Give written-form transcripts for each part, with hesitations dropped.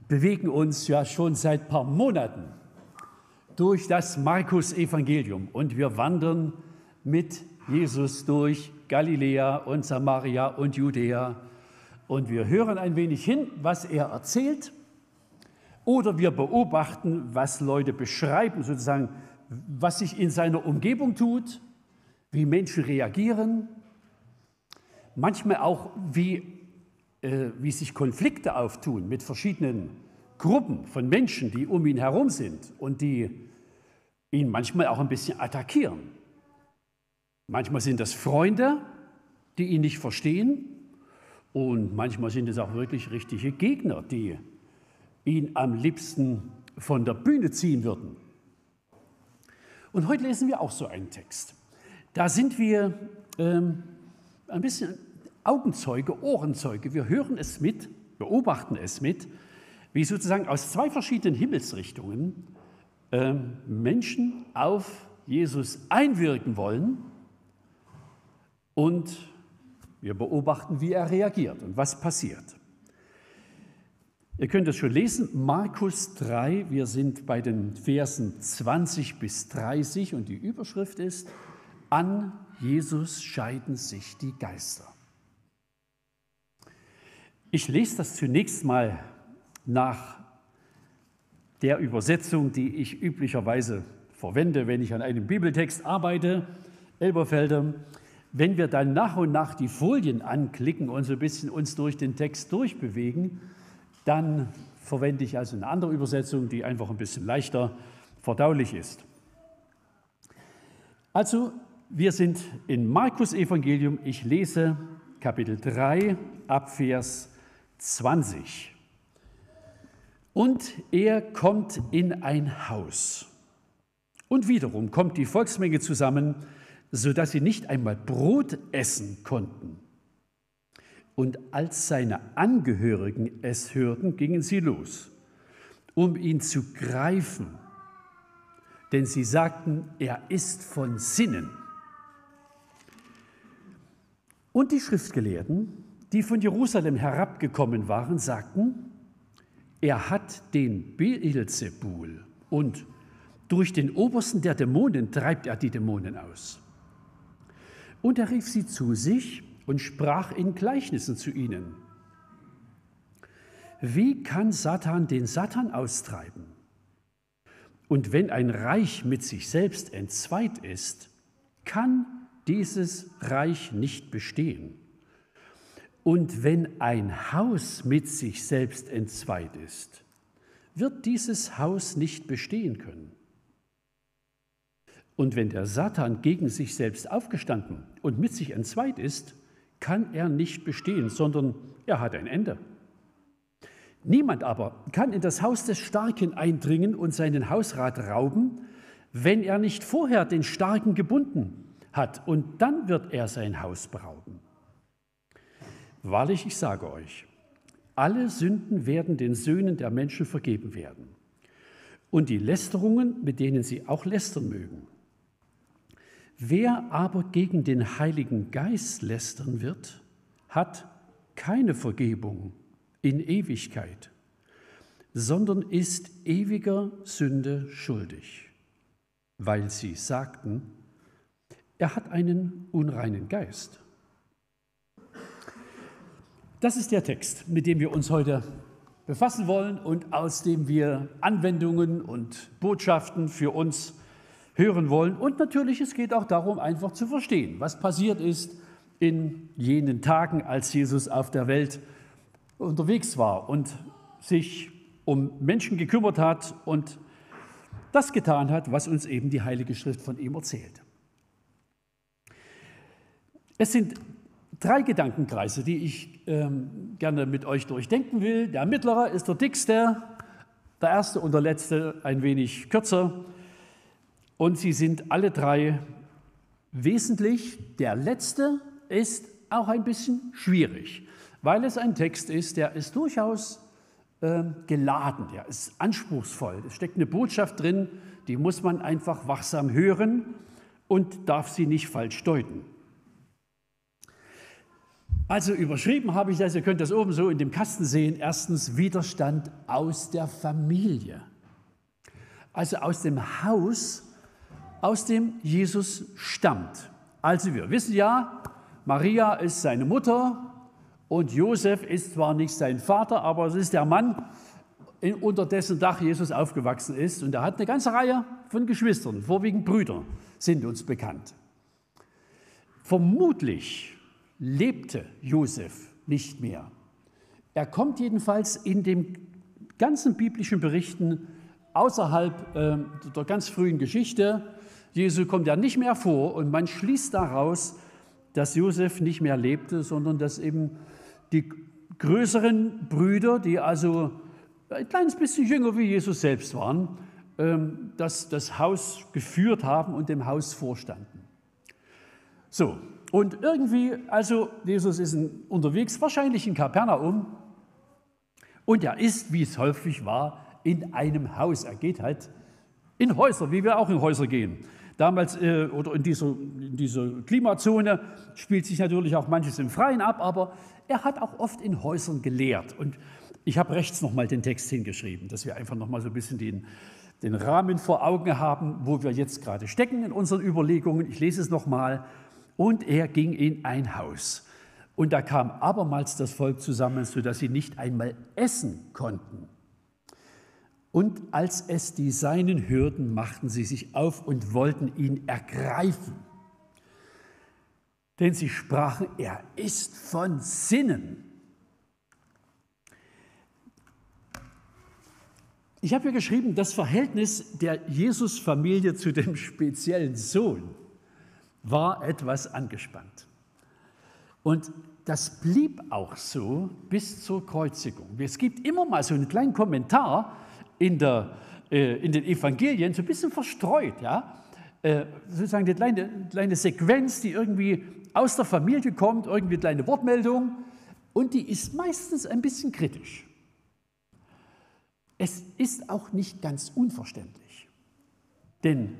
bewegen uns ja schon seit ein paar Monaten durch das Markus-Evangelium und wir wandern mit Jesus durch Galiläa und Samaria und Judäa und wir hören ein wenig hin, was er erzählt, oder wir beobachten, was Leute beschreiben, sozusagen, was sich in seiner Umgebung tut, wie Menschen reagieren, manchmal auch, wie sich Konflikte auftun mit verschiedenen Gruppen von Menschen, die um ihn herum sind und die ihn manchmal auch ein bisschen attackieren. Manchmal sind das Freunde, die ihn nicht verstehen, und manchmal sind es auch wirklich richtige Gegner, die ihn am liebsten von der Bühne ziehen würden. Und heute lesen wir auch so einen Text. Da sind wir ein bisschen Augenzeuge, Ohrenzeuge. Wir hören es mit, beobachten es mit, wie sozusagen aus zwei verschiedenen Himmelsrichtungen Menschen auf Jesus einwirken wollen, und wir beobachten, wie er reagiert und was passiert. Ihr könnt es schon lesen, Markus 3, wir sind bei den Versen 20 bis 30 und die Überschrift ist: An Jesus scheiden sich die Geister. Ich lese das zunächst mal nach der Übersetzung, die ich üblicherweise verwende, wenn ich an einem Bibeltext arbeite, Elberfelder. Wenn wir dann nach und nach die Folien anklicken und so ein bisschen uns durch den Text durchbewegen, dann verwende ich also eine andere Übersetzung, die einfach ein bisschen leichter verdaulich ist. Also, wir sind in Markus Evangelium. Ich lese Kapitel 3 ab Vers 20. Und er kommt in ein Haus. Und wiederum kommt die Volksmenge zusammen, sodass sie nicht einmal Brot essen konnten. Und als seine Angehörigen es hörten, gingen sie los, um ihn zu greifen. Denn sie sagten, er ist von Sinnen. Und die Schriftgelehrten, die von Jerusalem herabgekommen waren, sagten, er hat den Beelzebul und durch den Obersten der Dämonen treibt er die Dämonen aus. Und er rief sie zu sich und sprach in Gleichnissen zu ihnen. Wie kann Satan den Satan austreiben? Und wenn ein Reich mit sich selbst entzweit ist, kann dieses Reich nicht bestehen. Und wenn ein Haus mit sich selbst entzweit ist, wird dieses Haus nicht bestehen können. Und wenn der Satan gegen sich selbst aufgestanden und mit sich entzweit ist, kann er nicht bestehen, sondern er hat ein Ende. Niemand aber kann in das Haus des Starken eindringen und seinen Hausrat rauben, wenn er nicht vorher den Starken gebunden hat, und dann wird er sein Haus berauben. Wahrlich, ich sage euch, alle Sünden werden den Söhnen der Menschen vergeben werden und die Lästerungen, mit denen sie auch lästern mögen. Wer aber gegen den Heiligen Geist lästern wird, hat keine Vergebung in Ewigkeit, sondern ist ewiger Sünde schuldig, weil sie sagten, er hat einen unreinen Geist. Das ist der Text, mit dem wir uns heute befassen wollen und aus dem wir Anwendungen und Botschaften für uns hören wollen. Und natürlich, es geht auch darum, einfach zu verstehen, was passiert ist in jenen Tagen, als Jesus auf der Welt unterwegs war und sich um Menschen gekümmert hat und das getan hat, was uns eben die Heilige Schrift von ihm erzählt. Es sind 3 Gedankenkreise, die ich gerne mit euch durchdenken will. Der mittlere ist der dickste, der erste und der letzte ein wenig kürzer. Und sie sind alle 3 wesentlich. Der letzte ist auch ein bisschen schwierig, weil es ein Text ist, der ist durchaus geladen, der ist anspruchsvoll. Es steckt eine Botschaft drin, die muss man einfach wachsam hören und darf sie nicht falsch deuten. Also überschrieben habe ich das, ihr könnt das oben so in dem Kasten sehen. Erstens Widerstand aus der Familie. Also aus dem Haus, aus dem Jesus stammt. Also wir wissen ja, Maria ist seine Mutter und Josef ist zwar nicht sein Vater, aber es ist der Mann, unter dessen Dach Jesus aufgewachsen ist. Und er hat eine ganze Reihe von Geschwistern, vorwiegend Brüder, sind uns bekannt. Vermutlich lebte Josef nicht mehr. Er kommt jedenfalls in den ganzen biblischen Berichten außerhalb der ganz frühen Geschichte Jesu kommt er nicht mehr vor und man schließt daraus, dass Josef nicht mehr lebte, sondern dass eben die größeren Brüder, die also ein kleines bisschen jünger wie Jesus selbst waren, das Haus geführt haben und dem Haus vorstanden. So, und irgendwie, also Jesus ist unterwegs, wahrscheinlich in Kapernaum, und er ist, wie es häufig war, in einem Haus. Er geht halt in Häuser, wie wir auch in Häuser gehen. Damals oder in dieser Klimazone spielt sich natürlich auch manches im Freien ab, aber er hat auch oft in Häusern gelehrt. Und ich habe rechts nochmal den Text hingeschrieben, dass wir einfach nochmal so ein bisschen den Rahmen vor Augen haben, wo wir jetzt gerade stecken in unseren Überlegungen. Ich lese es nochmal. Und er ging in ein Haus. Und da kam abermals das Volk zusammen, sodass sie nicht einmal essen konnten. Und als es die Seinen hörten, machten sie sich auf und wollten ihn ergreifen. Denn sie sprachen, er ist von Sinnen. Ich habe hier geschrieben, das Verhältnis der Jesus-Familie zu dem speziellen Sohn war etwas angespannt. Und das blieb auch so bis zur Kreuzigung. Es gibt immer mal so einen kleinen Kommentar in den Evangelien, so ein bisschen verstreut, ja, sozusagen eine kleine Sequenz, die irgendwie aus der Familie kommt, irgendwie eine kleine Wortmeldung, und die ist meistens ein bisschen kritisch. Es ist auch nicht ganz unverständlich, denn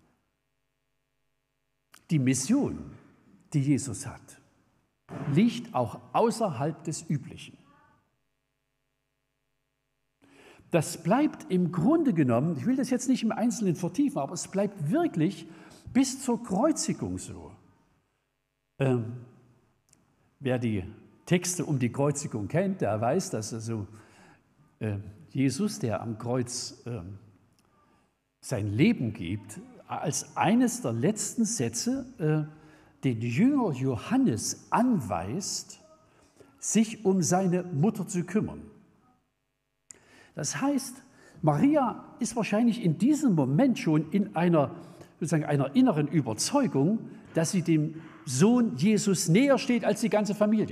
die Mission, die Jesus hat, liegt auch außerhalb des Üblichen. Das bleibt im Grunde genommen, ich will das jetzt nicht im Einzelnen vertiefen, aber es bleibt wirklich bis zur Kreuzigung so. Wer die Texte um die Kreuzigung kennt, der weiß, dass also Jesus, der am Kreuz sein Leben gibt, als eines der letzten Sätze den Jünger Johannes anweist, sich um seine Mutter zu kümmern. Das heißt, Maria ist wahrscheinlich in diesem Moment schon in einer inneren Überzeugung, dass sie dem Sohn Jesus näher steht als die ganze Familie.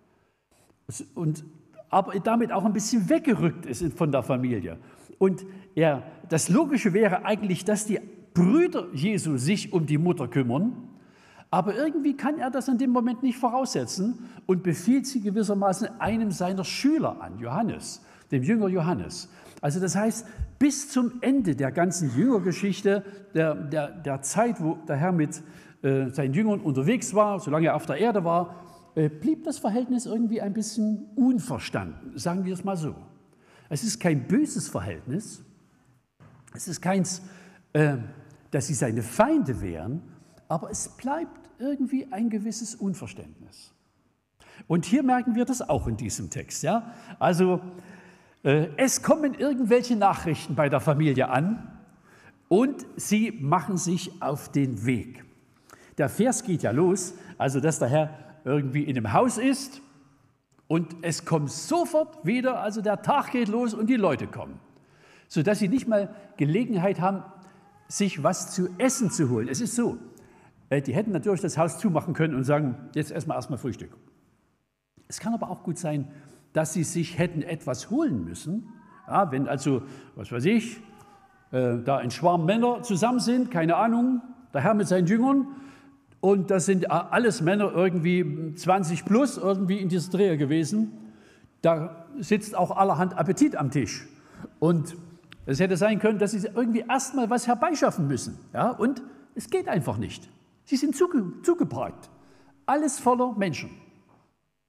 Aber damit auch ein bisschen weggerückt ist von der Familie. Und das Logische wäre eigentlich, dass die Brüder Jesu sich um die Mutter kümmern, aber irgendwie kann er das in dem Moment nicht voraussetzen und befiehlt sie gewissermaßen einem seiner Schüler an, Johannes, dem Jünger Johannes. Also das heißt, bis zum Ende der ganzen Jüngergeschichte, der Zeit, wo der Herr mit seinen Jüngern unterwegs war, solange er auf der Erde war, blieb das Verhältnis irgendwie ein bisschen unverstanden, sagen wir es mal so. Es ist kein böses Verhältnis, es ist keins, dass sie seine Feinde wären, aber es bleibt irgendwie ein gewisses Unverständnis. Und hier merken wir das auch in diesem Text. Ja? Also es kommen irgendwelche Nachrichten bei der Familie an und sie machen sich auf den Weg. Der Vers geht ja los, also dass der Herr irgendwie in einem Haus ist und es kommt sofort wieder, also der Tag geht los und die Leute kommen, sodass sie nicht mal Gelegenheit haben, sich was zu essen zu holen. Es ist so, die hätten natürlich das Haus zumachen können und sagen, jetzt essen wir erstmal Frühstück. Es kann aber auch gut sein, dass sie sich hätten etwas holen müssen, ja, wenn also, was weiß ich, da ein Schwarm Männer zusammen sind, keine Ahnung, der Herr mit seinen Jüngern, und das sind alles Männer irgendwie 20 plus irgendwie in dieser Dreher gewesen, da sitzt auch allerhand Appetit am Tisch. Und es hätte sein können, dass sie irgendwie erstmal was herbeischaffen müssen, ja, und es geht einfach nicht. Sie sind zugeparkt, alles voller Menschen.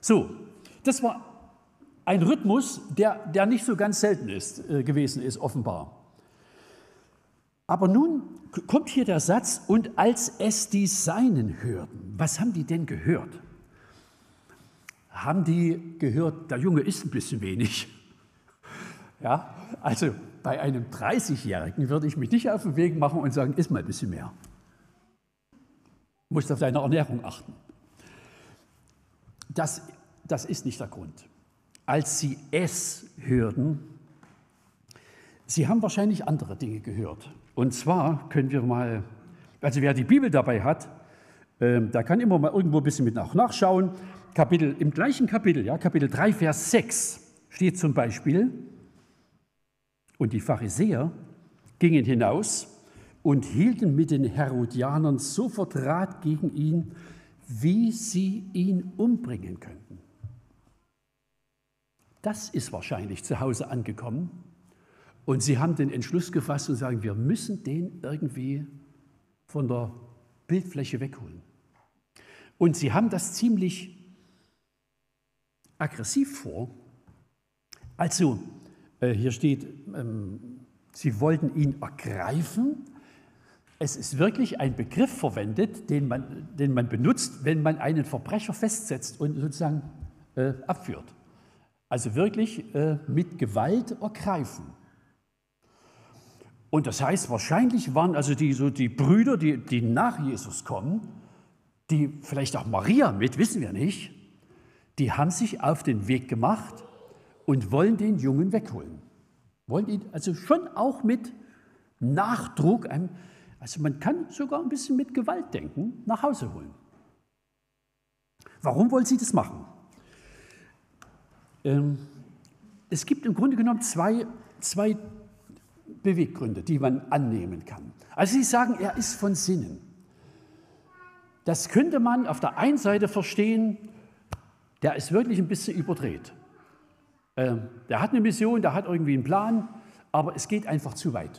So, das war ein Rhythmus, der nicht so ganz selten gewesen ist, offenbar. Aber nun kommt hier der Satz, und als es die Seinen hörten. Was haben die denn gehört? Haben die gehört, der Junge isst ein bisschen wenig? Ja, also bei einem 30-Jährigen würde ich mich nicht auf den Weg machen und sagen, iss mal ein bisschen mehr. Du musst auf deine Ernährung achten. Das ist nicht der Grund. Als sie es hörten, sie haben wahrscheinlich andere Dinge gehört. Und zwar können wir mal, also wer die Bibel dabei hat, da kann immer mal irgendwo ein bisschen mit nachschauen. Im gleichen Kapitel, ja, Kapitel 3, Vers 6 steht zum Beispiel, und die Pharisäer gingen hinaus und hielten mit den Herodianern sofort Rat gegen ihn, wie sie ihn umbringen könnten. Das ist wahrscheinlich zu Hause angekommen und sie haben den Entschluss gefasst und sagen, wir müssen den irgendwie von der Bildfläche wegholen. Und sie haben das ziemlich aggressiv vor. Also, hier steht, sie wollten ihn ergreifen. Es ist wirklich ein Begriff verwendet, den man benutzt, wenn man einen Verbrecher festsetzt und sozusagen abführt. Also wirklich mit Gewalt ergreifen. Und das heißt, wahrscheinlich waren also die Brüder, die nach Jesus kommen, die vielleicht auch Maria mit, wissen wir nicht, die haben sich auf den Weg gemacht und wollen den Jungen wegholen. Wollen ihn also schon auch mit Nachdruck, also man kann sogar ein bisschen mit Gewalt denken, nach Hause holen. Warum wollen sie das machen? Es gibt im Grunde genommen zwei Beweggründe, die man annehmen kann. Also sie sagen, er ist von Sinnen. Das könnte man auf der einen Seite verstehen, der ist wirklich ein bisschen überdreht. Der hat eine Mission, der hat irgendwie einen Plan, aber es geht einfach zu weit.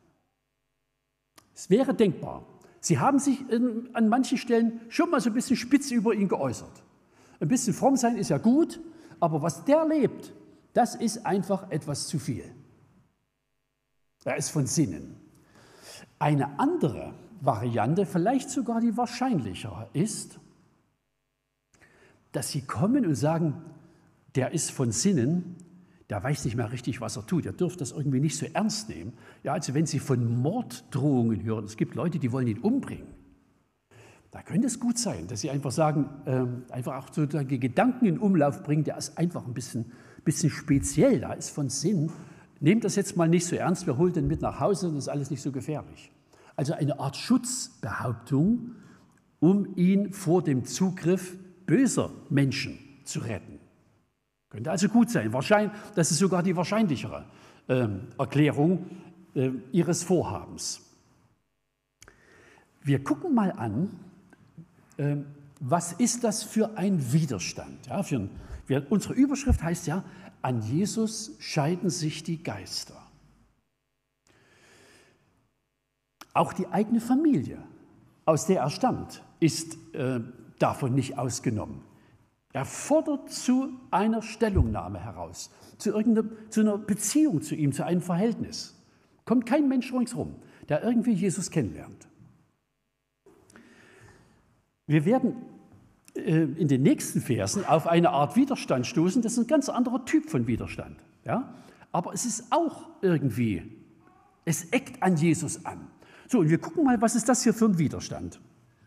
Es wäre denkbar. Sie haben sich an manchen Stellen schon mal so ein bisschen spitz über ihn geäußert. Ein bisschen fromm sein ist ja gut, aber was der lebt, das ist einfach etwas zu viel. Er ist von Sinnen. Eine andere Variante, vielleicht sogar die wahrscheinlichere, ist, dass sie kommen und sagen, der ist von Sinnen, der weiß nicht mehr richtig, was er tut. Er dürfte das irgendwie nicht so ernst nehmen. Ja, also wenn Sie von Morddrohungen hören, es gibt Leute, die wollen ihn umbringen, da könnte es gut sein, dass Sie einfach sagen, einfach auch sozusagen die Gedanken in Umlauf bringen, der ist einfach ein bisschen speziell, da ist von Sinn. Nehmt das jetzt mal nicht so ernst, wir holen den mit nach Hause, das ist alles nicht so gefährlich. Also eine Art Schutzbehauptung, um ihn vor dem Zugriff böser Menschen zu retten. Könnte also gut sein. Das ist sogar die wahrscheinlichere Erklärung ihres Vorhabens. Wir gucken mal an, was ist das für ein Widerstand? Ja, unsere Überschrift heißt ja, an Jesus scheiden sich die Geister. Auch die eigene Familie, aus der er stammt, ist davon nicht ausgenommen. Er fordert zu einer Stellungnahme heraus, zu einer Beziehung zu ihm, zu einem Verhältnis. Kommt kein Mensch ringsherum, der irgendwie Jesus kennenlernt. Wir werden in den nächsten Versen auf eine Art Widerstand stoßen. Das ist ein ganz anderer Typ von Widerstand. Ja? Aber es ist auch irgendwie, es eckt an Jesus an. So, und wir gucken mal, was ist das hier für ein Widerstand?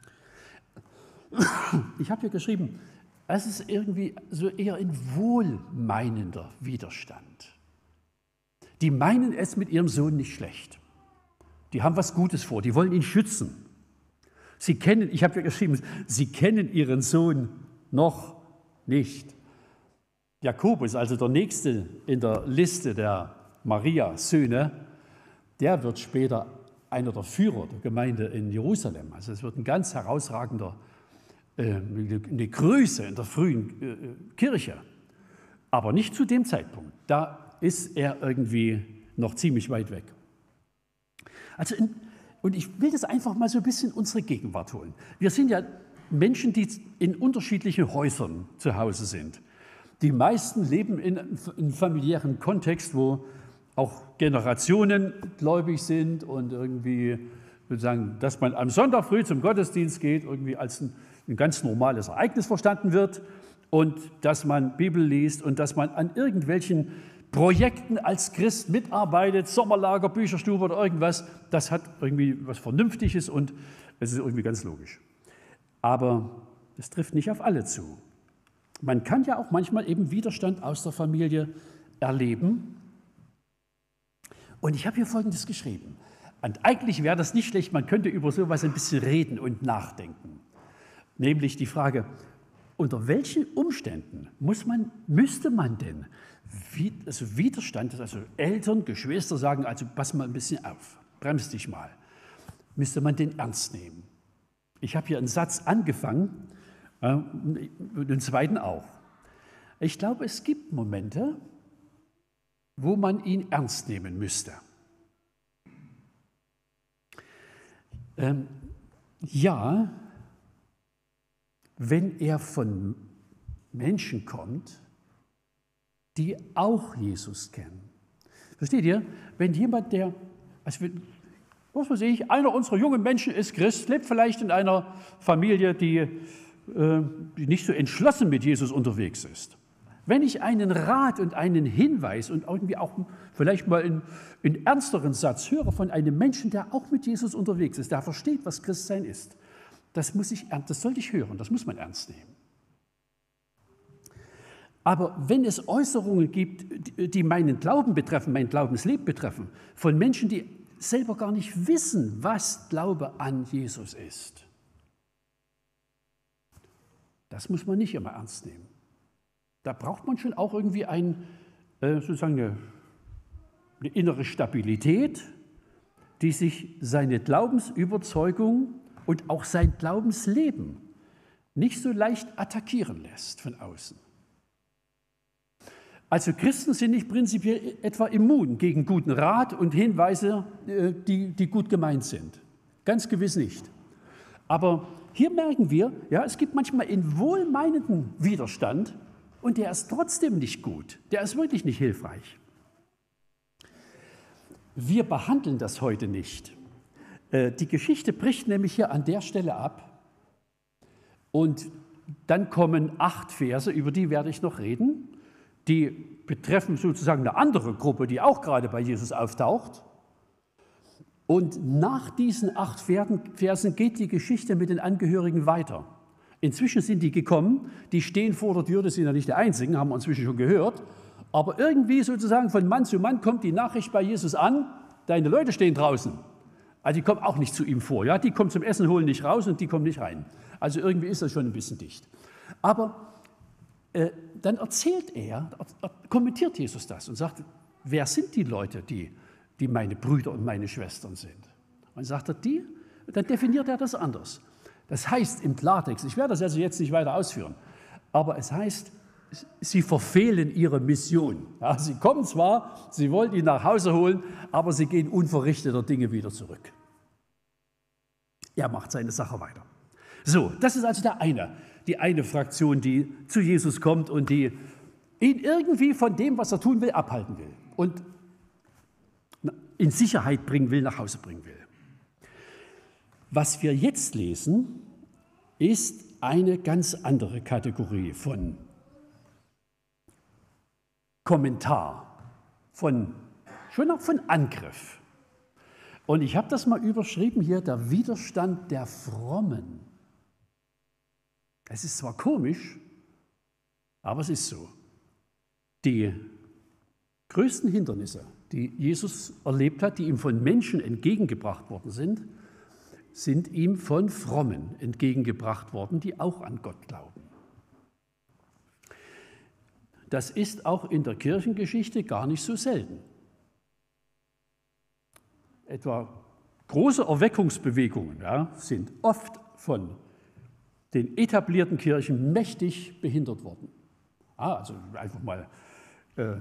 Ich habe hier geschrieben, es ist irgendwie so eher ein wohlmeinender Widerstand. Die meinen es mit ihrem Sohn nicht schlecht. Die haben was Gutes vor, die wollen ihn schützen. Ich habe ja geschrieben, sie kennen ihren Sohn noch nicht. Jakobus, also der Nächste in der Liste der Maria-Söhne, der wird später einer der Führer der Gemeinde in Jerusalem. Also es wird ein ganz herausragender, eine Größe in der frühen Kirche. Aber nicht zu dem Zeitpunkt. Da ist er irgendwie noch ziemlich weit weg. Und ich will das einfach mal so ein bisschen in unsere Gegenwart holen. Wir sind ja Menschen, die in unterschiedlichen Häusern zu Hause sind. Die meisten leben in einem familiären Kontext, wo auch Generationen gläubig sind und irgendwie sozusagen, dass man am Sonntag früh zum Gottesdienst geht, irgendwie als ein ganz normales Ereignis verstanden wird und dass man Bibel liest und dass man an irgendwelchen Projekten als Christ mitarbeitet, Sommerlager, Bücherstube oder irgendwas, das hat irgendwie was Vernünftiges und es ist irgendwie ganz logisch. Aber das trifft nicht auf alle zu. Man kann ja auch manchmal eben Widerstand aus der Familie erleben. Und ich habe hier Folgendes geschrieben. Und eigentlich wäre das nicht schlecht, man könnte über sowas ein bisschen reden und nachdenken. Nämlich die Frage, unter welchen Umständen müsste man denn Widerstand, also Eltern, Geschwister sagen, also pass mal ein bisschen auf, bremst dich mal, müsste man den ernst nehmen. Ich habe hier einen Satz angefangen, den zweiten auch. Ich glaube, es gibt Momente, wo man ihn ernst nehmen müsste. Ja, wenn er von Menschen kommt, die auch Jesus kennen. Versteht ihr? Wenn jemand, was weiß ich, einer unserer jungen Menschen ist Christ, lebt vielleicht in einer Familie, die nicht so entschlossen mit Jesus unterwegs ist. Wenn ich einen Rat und einen Hinweis und irgendwie auch vielleicht mal einen ernsteren Satz höre von einem Menschen, der auch mit Jesus unterwegs ist, der versteht, was Christsein ist, das sollte ich hören, das muss man ernst nehmen. Aber wenn es Äußerungen gibt, die meinen Glauben betreffen, mein Glaubensleben betreffen, von Menschen, die selber gar nicht wissen, was Glaube an Jesus ist, das muss man nicht immer ernst nehmen. Da braucht man schon auch irgendwie sozusagen eine innere Stabilität, die sich seine Glaubensüberzeugung und auch sein Glaubensleben nicht so leicht attackieren lässt von außen. Also Christen sind nicht prinzipiell etwa immun gegen guten Rat und Hinweise, die gut gemeint sind. Ganz gewiss nicht. Aber hier merken wir, ja, es gibt manchmal in wohlmeinenden Widerstand und der ist trotzdem nicht gut. Der ist wirklich nicht hilfreich. Wir behandeln das heute nicht. Die Geschichte bricht nämlich hier an der Stelle ab und dann kommen 8 Verse, über die werde ich noch reden. Die betreffen sozusagen eine andere Gruppe, die auch gerade bei Jesus auftaucht. Und nach diesen 8 Versen geht die Geschichte mit den Angehörigen weiter. Inzwischen sind die gekommen, die stehen vor der Tür, das sind ja nicht die Einzigen, haben wir inzwischen schon gehört. Aber irgendwie sozusagen von Mann zu Mann kommt die Nachricht bei Jesus an, deine Leute stehen draußen. Also die kommen auch nicht zu ihm vor. Ja? Die kommen zum Essen, holen nicht raus und die kommen nicht rein. Also irgendwie ist das schon ein bisschen dicht. Aber dann kommentiert Jesus das und sagt, wer sind die Leute, die meine Brüder und meine Schwestern sind? Und sagt er dann definiert er das anders. Das heißt im Klartext, ich werde das also jetzt nicht weiter ausführen, aber es heißt, sie verfehlen ihre Mission. Ja, sie kommen zwar, sie wollen ihn nach Hause holen, aber sie gehen unverrichteter Dinge wieder zurück. Er macht seine Sache weiter. So, das ist also die eine Fraktion, die zu Jesus kommt und die ihn irgendwie von dem, was er tun will, abhalten will und in Sicherheit bringen will, nach Hause bringen will. Was wir jetzt lesen, ist eine ganz andere Kategorie von Kommentar, schon auch von Angriff. Und ich habe das mal überschrieben hier, der Widerstand der Frommen. Es ist zwar komisch, aber es ist so. Die größten Hindernisse, die Jesus erlebt hat, die ihm von Menschen entgegengebracht worden sind ihm von Frommen entgegengebracht worden, die auch an Gott glauben. Das ist auch in der Kirchengeschichte gar nicht so selten. Etwa große Erweckungsbewegungen sind oft von den etablierten Kirchen mächtig behindert worden. Also einfach mal einen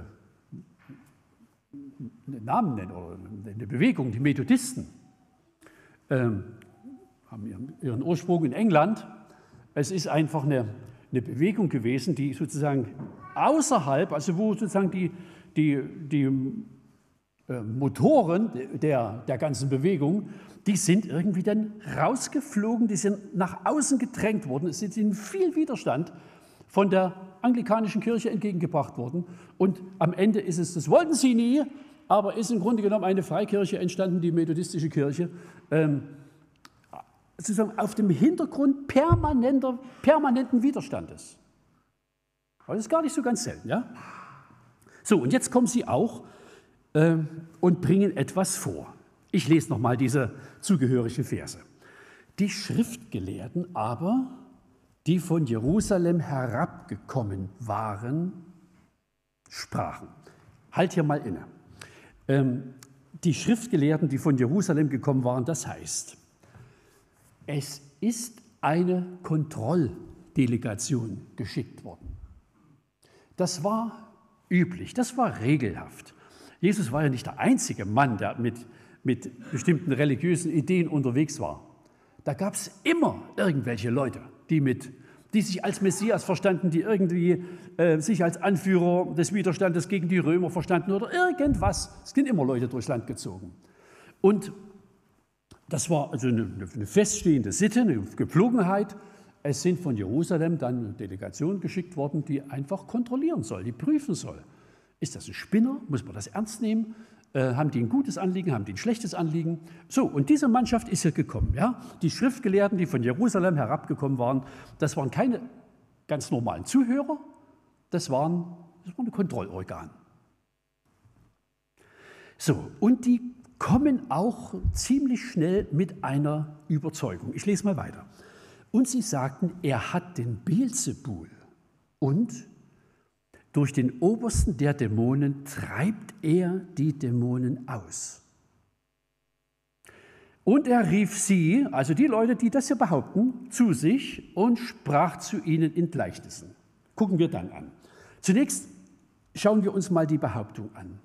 Namen nennen oder eine Bewegung, die Methodisten haben ihren Ursprung in England, Es ist einfach eine Bewegung gewesen, die sozusagen außerhalb, also wo sozusagen die Motoren der ganzen Bewegung, die sind irgendwie dann rausgeflogen, die sind nach außen gedrängt worden. Es ist in viel Widerstand von der anglikanischen Kirche entgegengebracht worden. Und am Ende ist es, das wollten sie nie, aber ist im Grunde genommen eine Freikirche entstanden, die methodistische Kirche, sozusagen auf dem Hintergrund permanenten Widerstandes. Aber das ist gar nicht so ganz selten. Ja? So, und jetzt kommen sie auch und bringen etwas vor. Ich lese nochmal diese zugehörigen Verse. Die Schriftgelehrten aber, die von Jerusalem herabgekommen waren, sprachen. Halt hier mal inne. Die Schriftgelehrten, die von Jerusalem gekommen waren, das heißt, es ist eine Kontrolldelegation geschickt worden. Das war üblich, das war regelhaft. Jesus war ja nicht der einzige Mann, der mit bestimmten religiösen Ideen unterwegs war. Da gab es immer irgendwelche Leute, die sich als Messias verstanden, die irgendwie sich als Anführer des Widerstandes gegen die Römer verstanden oder irgendwas. Es sind immer Leute durchs Land gezogen. Und das war also eine feststehende Sitte, eine Gepflogenheit. Es sind von Jerusalem dann eine Delegation geschickt worden, die einfach kontrollieren soll, die prüfen soll. Ist das ein Spinner? Muss man das ernst nehmen? Haben die ein gutes Anliegen? Haben die ein schlechtes Anliegen? So, und diese Mannschaft ist hier gekommen. Ja? Die Schriftgelehrten, die von Jerusalem herabgekommen waren, das waren keine ganz normalen Zuhörer, das war ein Kontrollorgan. So, und die kommen auch ziemlich schnell mit einer Überzeugung. Ich lese mal weiter. Und sie sagten, er hat den Beelzebul und durch den Obersten der Dämonen treibt er die Dämonen aus. Und er rief sie, also die Leute, die das hier behaupten, zu sich und sprach zu ihnen in Gleichnissen. Gucken wir dann an. Zunächst schauen wir uns mal die Behauptung an.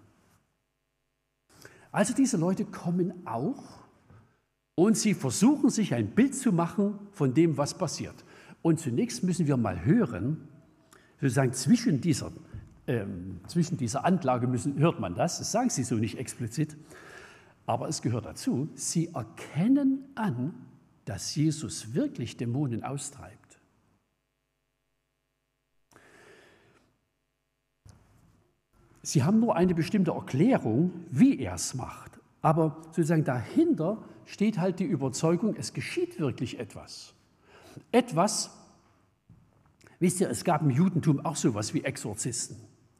Also diese Leute kommen auch und sie versuchen sich ein Bild zu machen von dem, was passiert. Und zunächst müssen wir mal hören, sozusagen zwischen dieser Anklage hört man das sagen sie so nicht explizit, aber es gehört dazu, sie erkennen an, dass Jesus wirklich Dämonen austreibt. Sie haben nur eine bestimmte Erklärung, wie er es macht, aber sozusagen dahinter steht halt die Überzeugung, es geschieht wirklich etwas. Wisst ihr, es gab im Judentum auch sowas wie Exorzisten.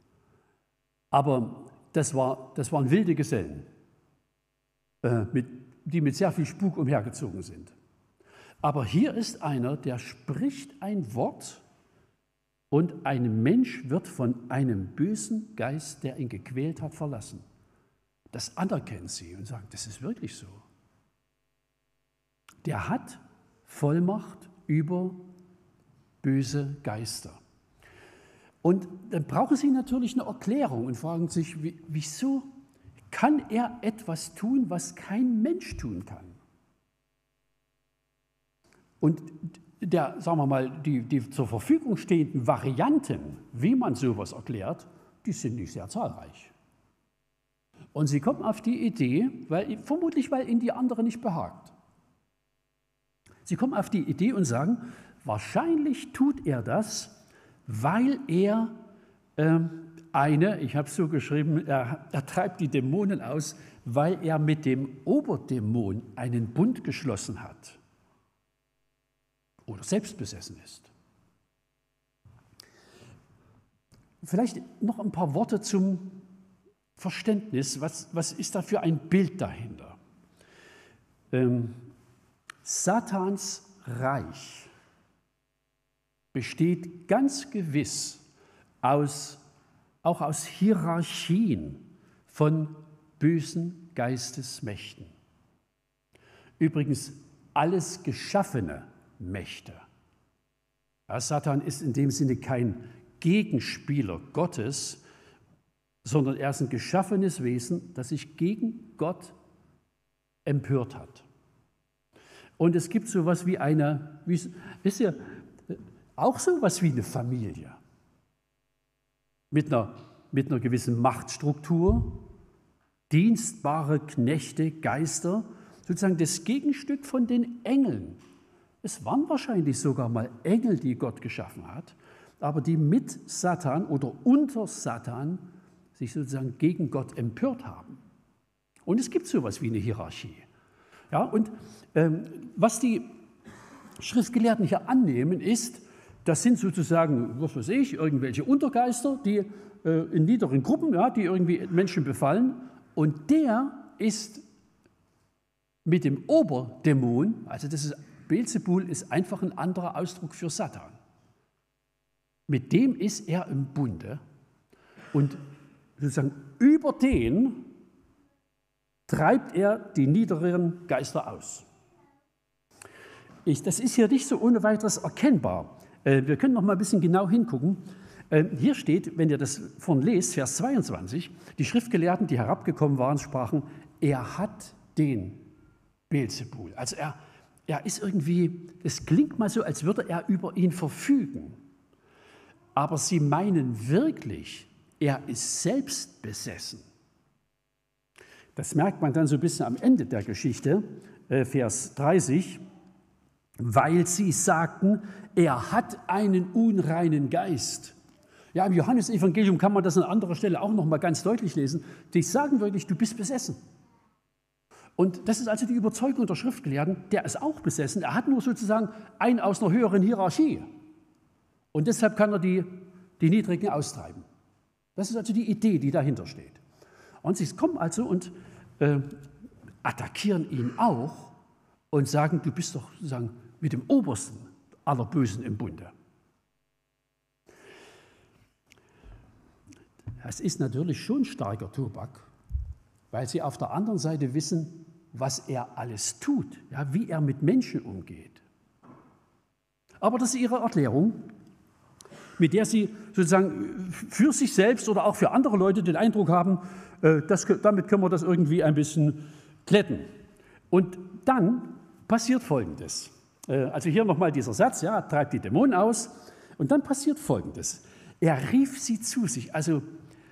Aber das waren wilde Gesellen, die mit sehr viel Spuk umhergezogen sind. Aber hier ist einer, der spricht ein Wort und ein Mensch wird von einem bösen Geist, der ihn gequält hat, verlassen. Das anerkennen sie und sagen, das ist wirklich so. Der hat Vollmacht über böse Geister. Und dann brauchen sie natürlich eine Erklärung und fragen sich, wieso kann er etwas tun, was kein Mensch tun kann? Und sagen wir mal, die zur Verfügung stehenden Varianten, wie man sowas erklärt, die sind nicht sehr zahlreich. Und sie kommen auf die Idee, vermutlich weil ihnen die andere nicht behagt. Sie kommen auf die Idee und sagen, wahrscheinlich tut er das, weil er ich habe es so geschrieben, er treibt die Dämonen aus, weil er mit dem Oberdämon einen Bund geschlossen hat oder selbst besessen ist. Vielleicht noch ein paar Worte zum Verständnis. Was ist da für ein Bild dahinter? Satans Reich besteht ganz gewiss auch aus Hierarchien von bösen Geistesmächten. Übrigens alles geschaffene Mächte. Ja, Satan ist in dem Sinne kein Gegenspieler Gottes, sondern er ist ein geschaffenes Wesen, das sich gegen Gott empört hat. Und es gibt so etwas wie wisst ihr, auch so etwas wie eine Familie. Mit einer gewissen Machtstruktur, dienstbare Knechte, Geister, sozusagen das Gegenstück von den Engeln. Es waren wahrscheinlich sogar mal Engel, die Gott geschaffen hat, aber die mit Satan oder unter Satan sich sozusagen gegen Gott empört haben. Und es gibt so etwas wie eine Hierarchie. Ja, und was die Schriftgelehrten hier annehmen, ist, das sind sozusagen, was weiß ich, irgendwelche Untergeister, die in niederen Gruppen, ja, die irgendwie Menschen befallen. Und der ist mit dem Oberdämon, also das ist Beelzebul, ist einfach ein anderer Ausdruck für Satan. Mit dem ist er im Bunde und sozusagen über den treibt er die niederen Geister aus. Das ist hier nicht so ohne weiteres erkennbar. Wir können noch mal ein bisschen genau hingucken. Hier steht, wenn ihr das von lest, Vers 22, die Schriftgelehrten, die herabgekommen waren, sprachen, er hat den Beelzebul. Also er ist irgendwie, es klingt mal so, als würde er über ihn verfügen. Aber sie meinen wirklich, er ist selbst besessen. Das merkt man dann so ein bisschen am Ende der Geschichte, Vers 30, weil sie sagten, er hat einen unreinen Geist. Ja, im Johannesevangelium kann man das an anderer Stelle auch noch mal ganz deutlich lesen. Die sagen wirklich, du bist besessen. Und das ist also die Überzeugung der Schriftgelehrten, der ist auch besessen. Er hat nur sozusagen einen aus einer höheren Hierarchie. Und deshalb kann er die Niedrigen austreiben. Das ist also die Idee, die dahinter steht. Und sie kommen also und attackieren ihn auch und sagen, du bist doch sozusagen mit dem Obersten aller Bösen im Bunde. Das ist natürlich schon starker Tobak, weil sie auf der anderen Seite wissen, was er alles tut, ja, wie er mit Menschen umgeht. Aber das ist ihre Erklärung, mit der sie sozusagen für sich selbst oder auch für andere Leute den Eindruck haben, damit können wir das irgendwie ein bisschen glätten. Und dann passiert Folgendes. Also hier nochmal dieser Satz, ja, treibt die Dämonen aus. Und dann passiert Folgendes. Er rief sie zu sich. Also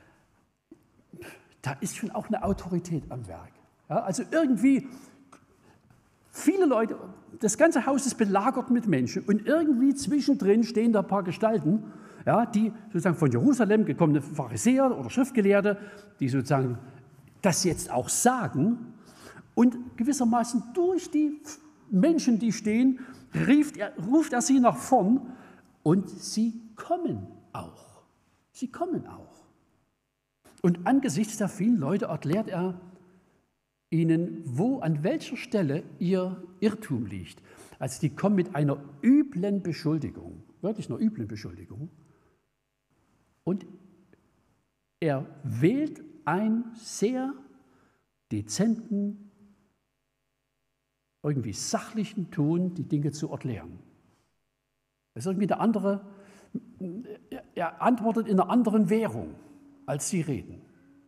da ist schon auch eine Autorität am Werk. Ja, also irgendwie viele Leute, das ganze Haus ist belagert mit Menschen und irgendwie zwischendrin stehen da ein paar Gestalten, ja, die sozusagen von Jerusalem gekommene Pharisäer oder Schriftgelehrte, die sozusagen das jetzt auch sagen und gewissermaßen durch die Menschen, die stehen, ruft er sie nach vorn und sie kommen auch. Sie kommen auch. Und angesichts der vielen Leute erklärt er ihnen, an welcher Stelle ihr Irrtum liegt. Also die kommen mit einer üblen Beschuldigung, wirklich einer üblen Beschuldigung. Und er wählt einen sehr dezenten, irgendwie sachlichen Ton, die Dinge zu erklären. Das ist irgendwie der andere, er antwortet in einer anderen Währung, als sie reden.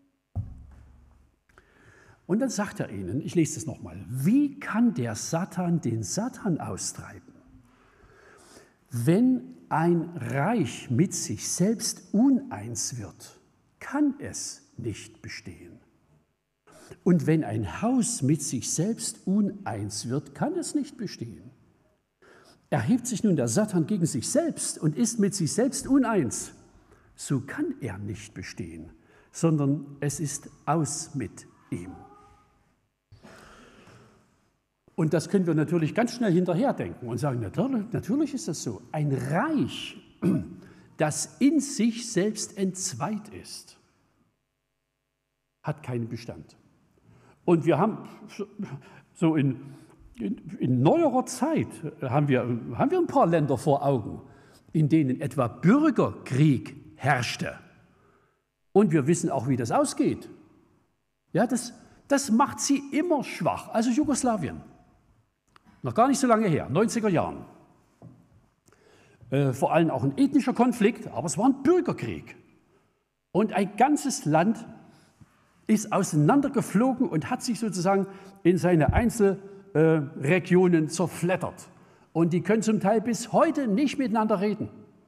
Und dann sagt er ihnen, ich lese es nochmal, wie kann der Satan den Satan austreiben? Wenn ein Reich mit sich selbst uneins wird, kann es nicht bestehen. Und wenn ein Haus mit sich selbst uneins wird, kann es nicht bestehen. Erhebt sich nun der Satan gegen sich selbst und ist mit sich selbst uneins, so kann er nicht bestehen, sondern es ist aus mit ihm. Und das können wir natürlich ganz schnell hinterherdenken und sagen, natürlich ist das so. Ein Reich, das in sich selbst entzweit ist, hat keinen Bestand. Und wir haben so in neuerer Zeit haben wir ein paar Länder vor Augen, in denen etwa Bürgerkrieg herrschte. Und wir wissen auch, wie das ausgeht. Ja, das macht sie immer schwach. Also Jugoslawien, noch gar nicht so lange her, 90er Jahren. Vor allem auch ein ethnischer Konflikt, aber es war ein Bürgerkrieg. Und ein ganzes Land ist auseinandergeflogen und hat sich sozusagen in seine Einzelregionen zerfleddert. Und die können zum Teil bis heute nicht miteinander reden.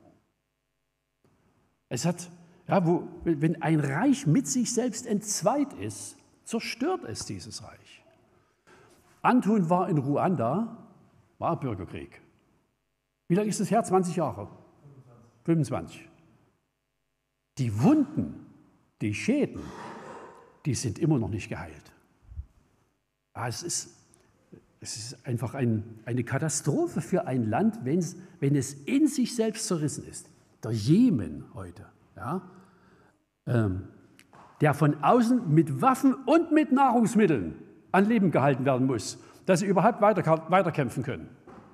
Wenn ein Reich mit sich selbst entzweit ist, zerstört es dieses Reich. Anton war in Ruanda, war Bürgerkrieg. Wie lange ist das her? 20 Jahre? 25. Die Wunden, die Schäden, die sind immer noch nicht geheilt. Es ist einfach eine Katastrophe für ein Land, wenn es in sich selbst zerrissen ist. Der Jemen heute, ja, der von außen mit Waffen und mit Nahrungsmitteln an Leben gehalten werden muss, dass sie überhaupt weiterkämpfen können.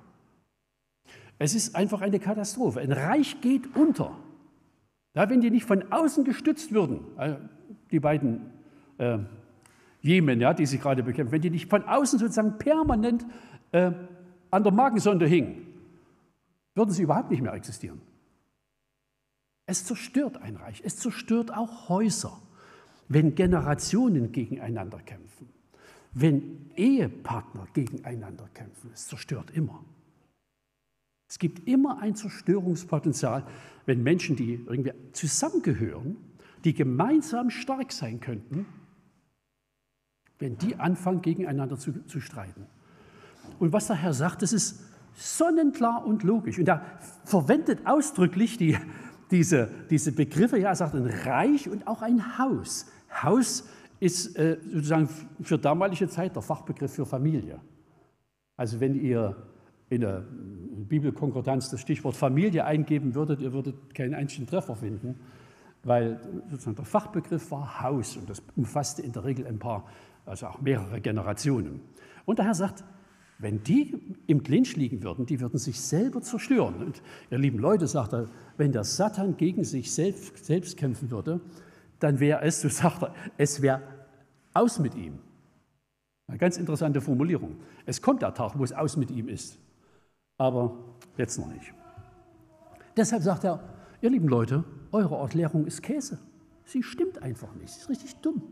Es ist einfach eine Katastrophe. Ein Reich geht unter. Ja, wenn die nicht von außen gestützt würden, die beiden Jemen, ja, die sich gerade bekämpfen, wenn die nicht von außen sozusagen permanent an der Magensonde hingen, würden sie überhaupt nicht mehr existieren. Es zerstört ein Reich, es zerstört auch Häuser, wenn Generationen gegeneinander kämpfen, wenn Ehepartner gegeneinander kämpfen, es zerstört immer. Es gibt immer ein Zerstörungspotenzial, wenn Menschen, die irgendwie zusammengehören, die gemeinsam stark sein könnten, wenn die anfangen, gegeneinander zu streiten. Und was der Herr sagt, das ist sonnenklar und logisch. Und er verwendet ausdrücklich diese Begriffe. Ja, er sagt ein Reich und auch ein Haus. Haus ist sozusagen für damalige Zeit der Fachbegriff für Familie. Also wenn ihr in der Bibelkonkordanz das Stichwort Familie eingeben würdet, ihr würdet keinen einzigen Treffer finden, weil sozusagen der Fachbegriff war Haus und das umfasste in der Regel also auch mehrere Generationen. Und der Herr sagt, wenn die im Clinch liegen würden, die würden sich selber zerstören. Und ihr lieben Leute, sagt er, wenn der Satan gegen sich selbst kämpfen würde, dann wäre es, so sagt er, es wäre aus mit ihm. Eine ganz interessante Formulierung. Es kommt der Tag, wo es aus mit ihm ist. Aber jetzt noch nicht. Deshalb sagt er, ihr lieben Leute, eure Erklärung ist Käse. Sie stimmt einfach nicht, sie ist richtig dumm.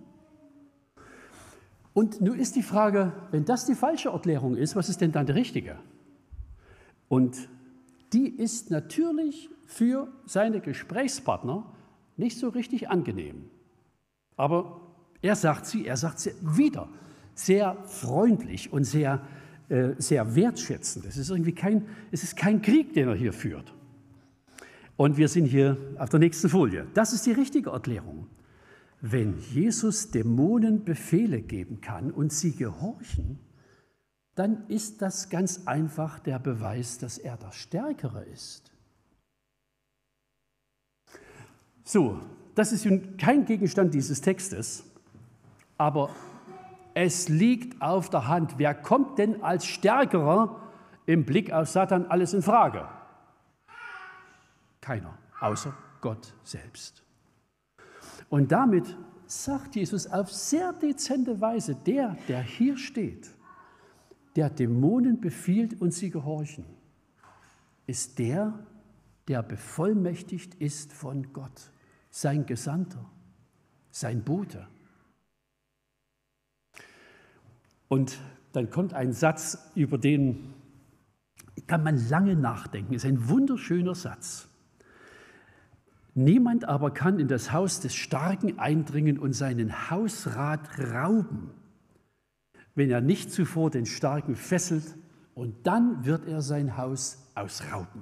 Und nun ist die Frage, wenn das die falsche Erklärung ist, was ist denn dann die richtige? Und die ist natürlich für seine Gesprächspartner nicht so richtig angenehm. Aber er sagt sie wieder sehr freundlich und sehr wertschätzend. Es ist kein Krieg, den er hier führt. Und wir sind hier auf der nächsten Folie. Das ist die richtige Erklärung. Wenn Jesus Dämonen Befehle geben kann und sie gehorchen, dann ist das ganz einfach der Beweis, dass er der Stärkere ist. So, das ist nun kein Gegenstand dieses Textes, aber es liegt auf der Hand. Wer kommt denn als Stärkerer im Blick auf Satan alles in Frage? Keiner, außer Gott selbst. Und damit sagt Jesus auf sehr dezente Weise, der hier steht, der Dämonen befiehlt und sie gehorchen, ist der bevollmächtigt ist von Gott, sein Gesandter, sein Bote. Und dann kommt ein Satz, über den kann man lange nachdenken. Es ist ein wunderschöner Satz. Niemand aber kann in das Haus des Starken eindringen und seinen Hausrat rauben, wenn er nicht zuvor den Starken fesselt, und dann wird er sein Haus ausrauben.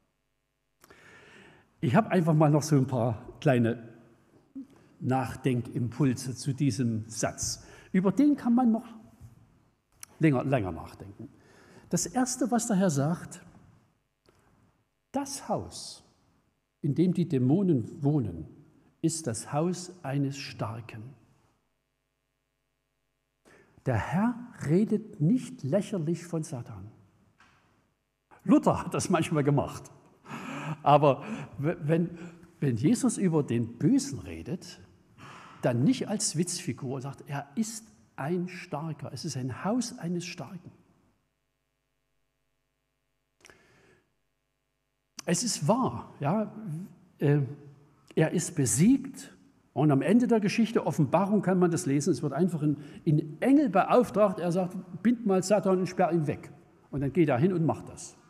Ich habe einfach mal noch so ein paar kleine Nachdenkimpulse zu diesem Satz. Über den kann man noch länger nachdenken. Das Erste, was der Herr sagt, das Haus, in dem die Dämonen wohnen, ist das Haus eines Starken. Der Herr redet nicht lächerlich von Satan. Luther hat das manchmal gemacht. Aber wenn Jesus über den Bösen redet, dann nicht als Witzfigur und sagt, er ist ein Starker, es ist ein Haus eines Starken. Es ist wahr, ja, er ist besiegt und am Ende der Geschichte, Offenbarung kann man das lesen, es wird einfach in Engel beauftragt, er sagt, bind mal Satan und sperr ihn weg. Und dann geht er hin und macht das.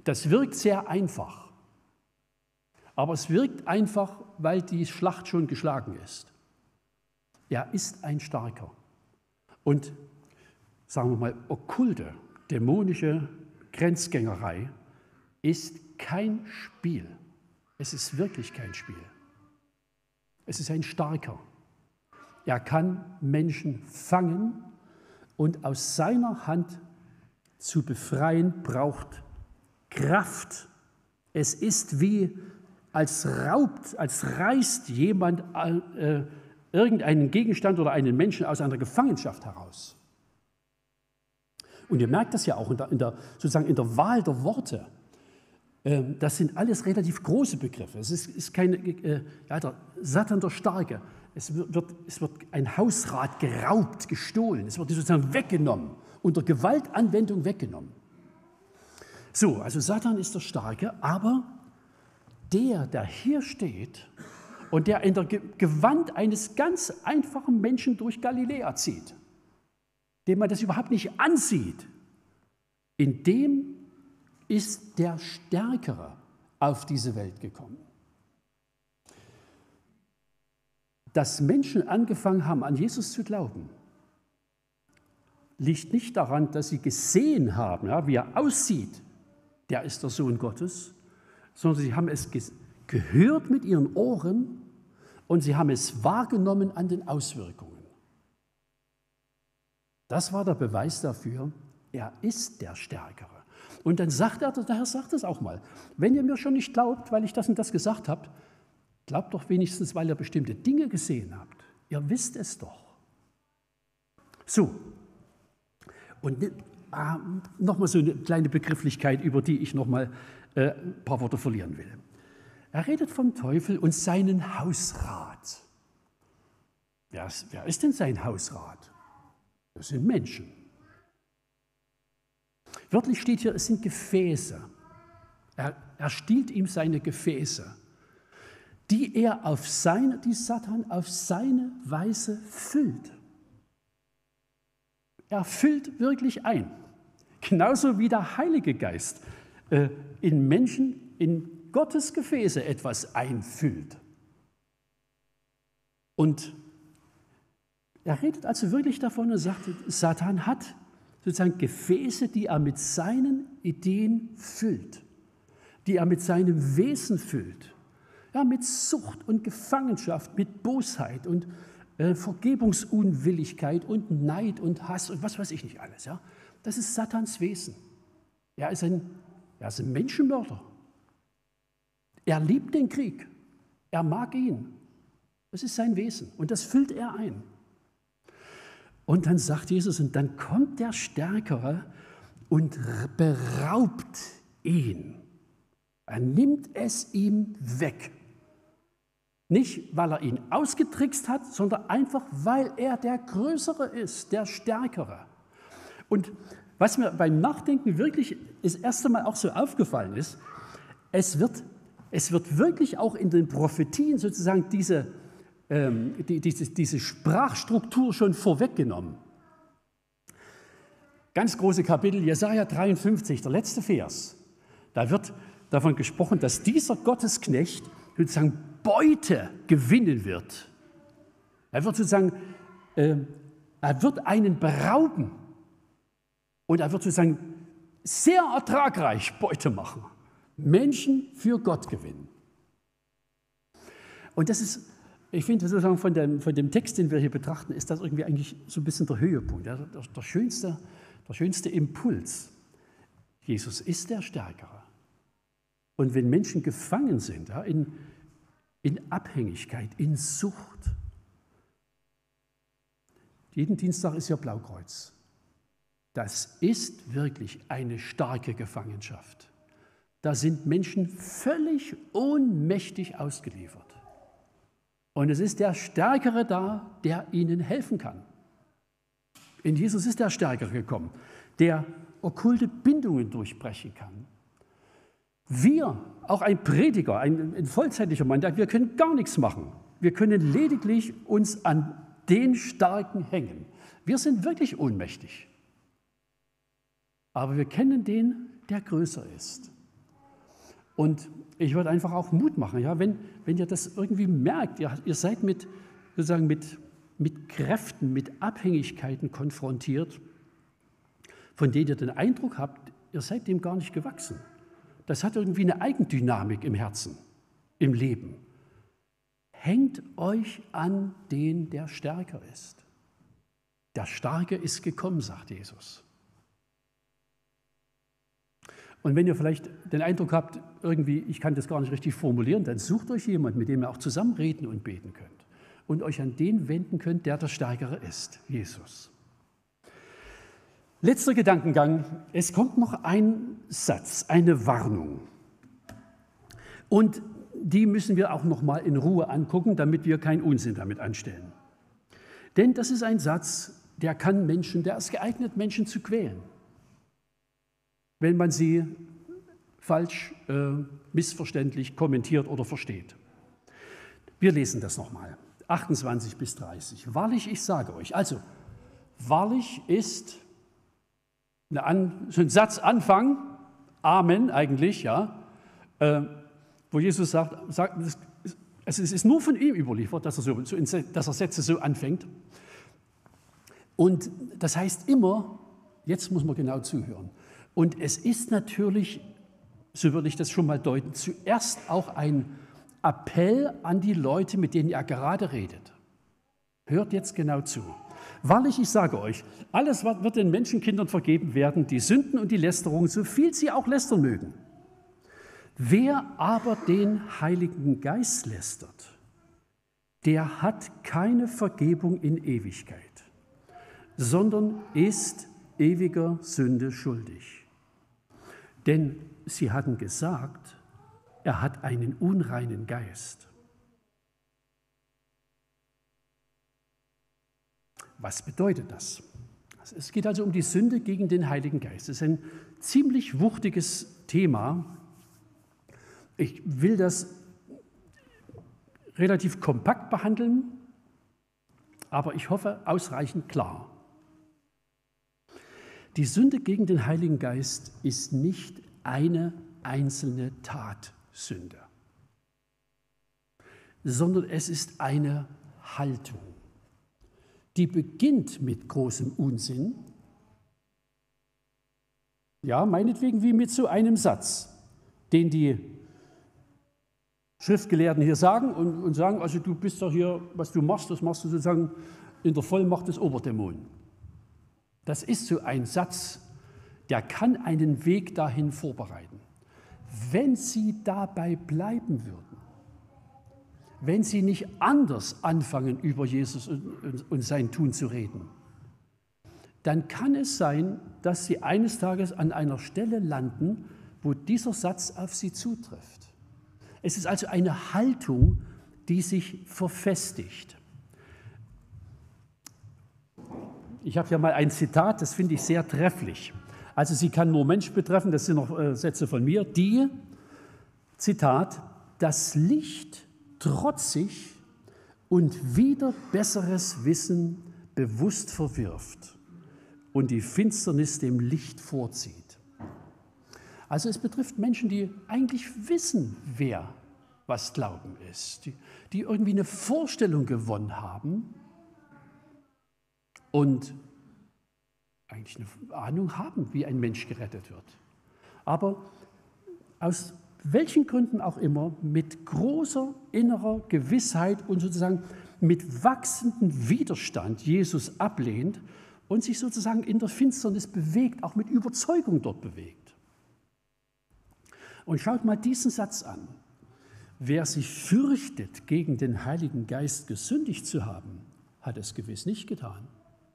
Das wirkt sehr einfach. Aber es wirkt einfach, weil die Schlacht schon geschlagen ist. Er ist ein Starker. Und sagen wir mal, okkulte, dämonische Grenzgängerei ist kein Spiel. Es ist wirklich kein Spiel. Es ist ein Starker. Er kann Menschen fangen und aus seiner Hand zu befreien braucht Kraft. Es ist wie als reißt jemand irgendeinen Gegenstand oder einen Menschen aus einer Gefangenschaft heraus. Und ihr merkt das ja auch sozusagen in der Wahl der Worte. Das sind alles relativ große Begriffe. Es ist keine, der Satan der Starke. Es wird ein Hausrat geraubt, gestohlen. Es wird sozusagen weggenommen, unter Gewaltanwendung weggenommen. So, also Satan ist der Starke, aber der hier steht und der in der Gewand eines ganz einfachen Menschen durch Galiläa zieht, dem man das überhaupt nicht ansieht, in dem ist der Stärkere auf diese Welt gekommen. Dass Menschen angefangen haben, an Jesus zu glauben, liegt nicht daran, dass sie gesehen haben, ja, wie er aussieht, der ist der Sohn Gottes, sondern sie haben es gehört mit ihren Ohren und sie haben es wahrgenommen an den Auswirkungen. Das war der Beweis dafür, er ist der Stärkere. Und dann sagt er, der Herr sagt es auch mal, wenn ihr mir schon nicht glaubt, weil ich das und das gesagt habe, glaubt doch wenigstens, weil ihr bestimmte Dinge gesehen habt. Ihr wisst es doch. So, und nochmal so eine kleine Begrifflichkeit, über die ich nochmal ein paar Worte verlieren will. Er redet vom Teufel und seinen Hausrat. Wer ist denn sein Hausrat? Das sind Menschen. Wörtlich steht hier, es sind Gefäße. Er stiehlt ihm seine Gefäße, die Satan auf seine Weise füllt. Er füllt wirklich ein. Genauso wie der Heilige Geist in Menschen, in Gottes Gefäße etwas einfüllt. Und er redet also wirklich davon und sagt, Satan hat sozusagen Gefäße, die er mit seinen Ideen füllt, die er mit seinem Wesen füllt. Ja, mit Sucht und Gefangenschaft, mit Bosheit und Vergebungsunwilligkeit und Neid und Hass und was weiß ich nicht alles. Ja? Das ist Satans Wesen. Er ist ein Menschenmörder. Er liebt den Krieg. Er mag ihn. Das ist sein Wesen und das füllt er ein. Und dann sagt Jesus, und dann kommt der Stärkere und beraubt ihn. Er nimmt es ihm weg. Nicht, weil er ihn ausgetrickst hat, sondern einfach, weil er der Größere ist, der Stärkere. Und was mir beim Nachdenken wirklich das erste Mal auch so aufgefallen ist, es wird wirklich auch in den Prophetien sozusagen diese Sprachstruktur schon vorweggenommen. Ganz große Kapitel, Jesaja 53, der letzte Vers. Da wird davon gesprochen, dass dieser Gottesknecht sozusagen Beute gewinnen wird. Er wird sozusagen, er wird einen berauben und er wird sozusagen sehr ertragreich Beute machen. Menschen für Gott gewinnen. Und das ist, ich finde sozusagen von dem Text, den wir hier betrachten, ist das irgendwie eigentlich so ein bisschen der Höhepunkt, ja, der schönste Impuls. Jesus ist der Stärkere. Und wenn Menschen gefangen sind, ja, in Abhängigkeit, in Sucht, jeden Dienstag ist ja Blaukreuz. Das ist wirklich eine starke Gefangenschaft. Da sind Menschen völlig ohnmächtig ausgeliefert. Und es ist der Stärkere da, der ihnen helfen kann. In Jesus ist der Stärkere gekommen, der okkulte Bindungen durchbrechen kann. Wir, auch ein Prediger, ein vollzeitlicher Mann, wir können gar nichts machen. Wir können lediglich uns an den Starken hängen. Wir sind wirklich ohnmächtig. Aber wir kennen den, der größer ist. Und ich würde einfach auch Mut machen, ja, wenn ihr das irgendwie merkt, ihr seid sozusagen mit Kräften, mit Abhängigkeiten konfrontiert, von denen ihr den Eindruck habt, ihr seid dem gar nicht gewachsen. Das hat irgendwie eine Eigendynamik im Herzen, im Leben. Hängt euch an den, der stärker ist. Der Starke ist gekommen, sagt Jesus. Und wenn ihr vielleicht den Eindruck habt, irgendwie, ich kann das gar nicht richtig formulieren, dann sucht euch jemanden, mit dem ihr auch zusammen reden und beten könnt. Und euch an den wenden könnt, der Stärkere ist, Jesus. Letzter Gedankengang, es kommt noch ein Satz, eine Warnung. Und die müssen wir auch noch mal in Ruhe angucken, damit wir keinen Unsinn damit anstellen. Denn das ist ein Satz, der ist geeignet, Menschen zu quälen, wenn man sie falsch, missverständlich kommentiert oder versteht. Wir lesen das nochmal, 28 bis 30. Wahrlich, ich sage euch, also wahrlich ist so ein Satzanfang, Amen eigentlich, ja, wo Jesus sagt, es ist nur von ihm überliefert, dass er Sätze so anfängt. Und das heißt immer, jetzt muss man genau zuhören. Und es ist natürlich, so würde ich das schon mal deuten, zuerst auch ein Appell an die Leute, mit denen er gerade redet. Hört jetzt genau zu. Wahrlich, ich sage euch, alles wird den Menschenkindern vergeben werden, die Sünden und die Lästerungen, so viel sie auch lästern mögen. Wer aber den Heiligen Geist lästert, der hat keine Vergebung in Ewigkeit, sondern ist ewiger Sünde schuldig. Denn sie hatten gesagt, er hat einen unreinen Geist. Was bedeutet das? Es geht also um die Sünde gegen den Heiligen Geist. Das ist ein ziemlich wuchtiges Thema. Ich will das relativ kompakt behandeln, aber ich hoffe ausreichend klar. Die Sünde gegen den Heiligen Geist ist nicht eine einzelne Tatsünde, sondern es ist eine Haltung. Die beginnt mit großem Unsinn, ja, meinetwegen wie mit so einem Satz, den die Schriftgelehrten hier sagen und sagen, also du bist doch hier, was du machst, das machst du sozusagen in der Vollmacht des Oberdämonen. Das ist so ein Satz, der kann einen Weg dahin vorbereiten. Wenn Sie dabei bleiben würden, wenn Sie nicht anders anfangen, über Jesus und sein Tun zu reden, dann kann es sein, dass Sie eines Tages an einer Stelle landen, wo dieser Satz auf Sie zutrifft. Es ist also eine Haltung, die sich verfestigt. Ich habe hier mal ein Zitat, das finde ich sehr trefflich. Also sie kann nur Mensch betreffen, das sind noch Sätze von mir, die, Zitat, das Licht trotzig und wider besseres Wissen bewusst verwirft und die Finsternis dem Licht vorzieht. Also es betrifft Menschen, die eigentlich wissen, wer was Glauben ist, die irgendwie eine Vorstellung gewonnen haben und eigentlich eine Ahnung haben, wie ein Mensch gerettet wird. Aber aus welchen Gründen auch immer, mit großer innerer Gewissheit und sozusagen mit wachsendem Widerstand Jesus ablehnt und sich sozusagen in der Finsternis bewegt, auch mit Überzeugung dort bewegt. Und schaut mal diesen Satz an. Wer sich fürchtet, gegen den Heiligen Geist gesündigt zu haben, hat es gewiss nicht getan.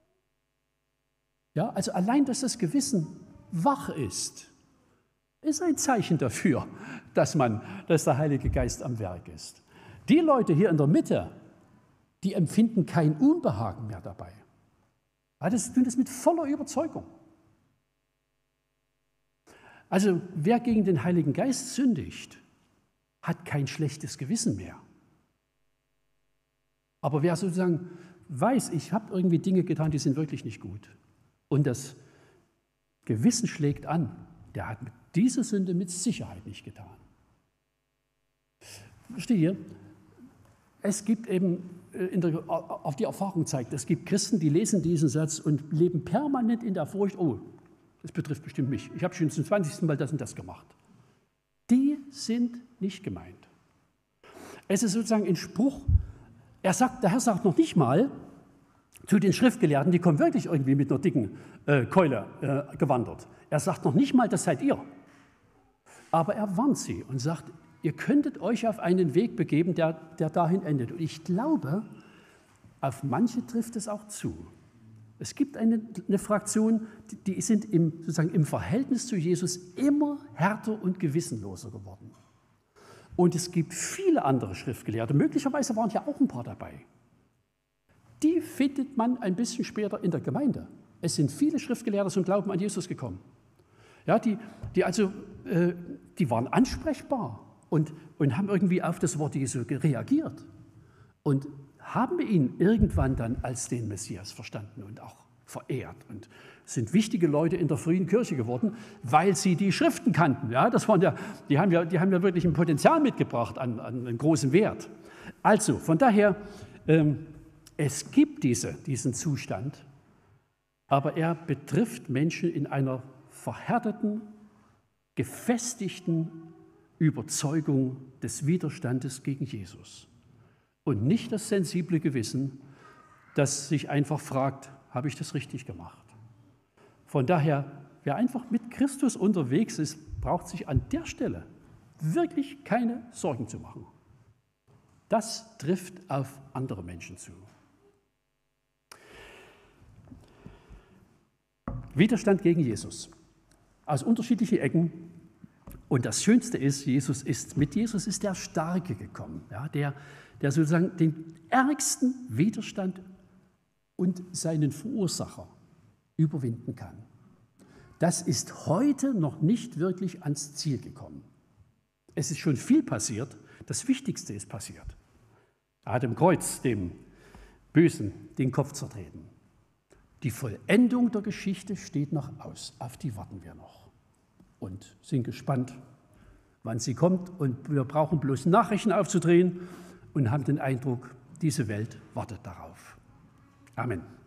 Ja, also allein, dass das Gewissen wach ist ein Zeichen dafür, dass der Heilige Geist am Werk ist. Die Leute hier in der Mitte, die empfinden kein Unbehagen mehr dabei. Ja, das tun das mit voller Überzeugung. Also wer gegen den Heiligen Geist sündigt, hat kein schlechtes Gewissen mehr. Aber wer sozusagen weiß, ich habe irgendwie Dinge getan, die sind wirklich nicht gut, und das Gewissen schlägt an, der hat diese Sünde mit Sicherheit nicht getan. versteht ihr? Es gibt eben, auf die Erfahrung zeigt, es gibt Christen, die lesen diesen Satz und leben permanent in der Furcht, oh, das betrifft bestimmt mich. Ich habe schon zum 20. Mal das und das gemacht. Die sind nicht gemeint. Es ist sozusagen ein Spruch, der Herr sagt noch nicht mal zu den Schriftgelehrten, die kommen wirklich irgendwie mit einer dicken Keule gewandert. Er sagt noch nicht mal, das seid ihr. Aber er warnt sie und sagt, ihr könntet euch auf einen Weg begeben, der dahin endet. Und ich glaube, auf manche trifft es auch zu. Es gibt eine Fraktion, die sind sozusagen im Verhältnis zu Jesus immer härter und gewissenloser geworden. Und es gibt viele andere Schriftgelehrte, möglicherweise waren ja auch ein paar dabei. Die findet man ein bisschen später in der Gemeinde. Es sind viele Schriftgelehrte zum Glauben an Jesus gekommen. Ja, die waren ansprechbar und haben irgendwie auf das Wort Jesu reagiert und haben ihn irgendwann dann als den Messias verstanden und auch verehrt und sind wichtige Leute in der frühen Kirche geworden, weil sie die Schriften kannten. Ja, die haben ja wirklich ein Potenzial mitgebracht an großem Wert. Also von daher, es gibt diesen Zustand, aber er betrifft Menschen in einer verhärteten, gefestigten Überzeugung des Widerstandes gegen Jesus und nicht das sensible Gewissen, das sich einfach fragt, habe ich das richtig gemacht? Von daher, wer einfach mit Christus unterwegs ist, braucht sich an der Stelle wirklich keine Sorgen zu machen. Das trifft auf andere Menschen zu. Widerstand gegen Jesus aus unterschiedlichen Ecken. Und das Schönste ist, mit Jesus ist der Starke gekommen, ja, der sozusagen den ärgsten Widerstand und seinen Verursacher überwinden kann. Das ist heute noch nicht wirklich ans Ziel gekommen. Es ist schon viel passiert, das Wichtigste ist passiert. Er hat im Kreuz dem Bösen den Kopf zertreten. Die Vollendung der Geschichte steht noch aus, auf die warten wir noch und sind gespannt, wann sie kommt. Und wir brauchen bloß Nachrichten aufzudrehen und haben den Eindruck, diese Welt wartet darauf. Amen.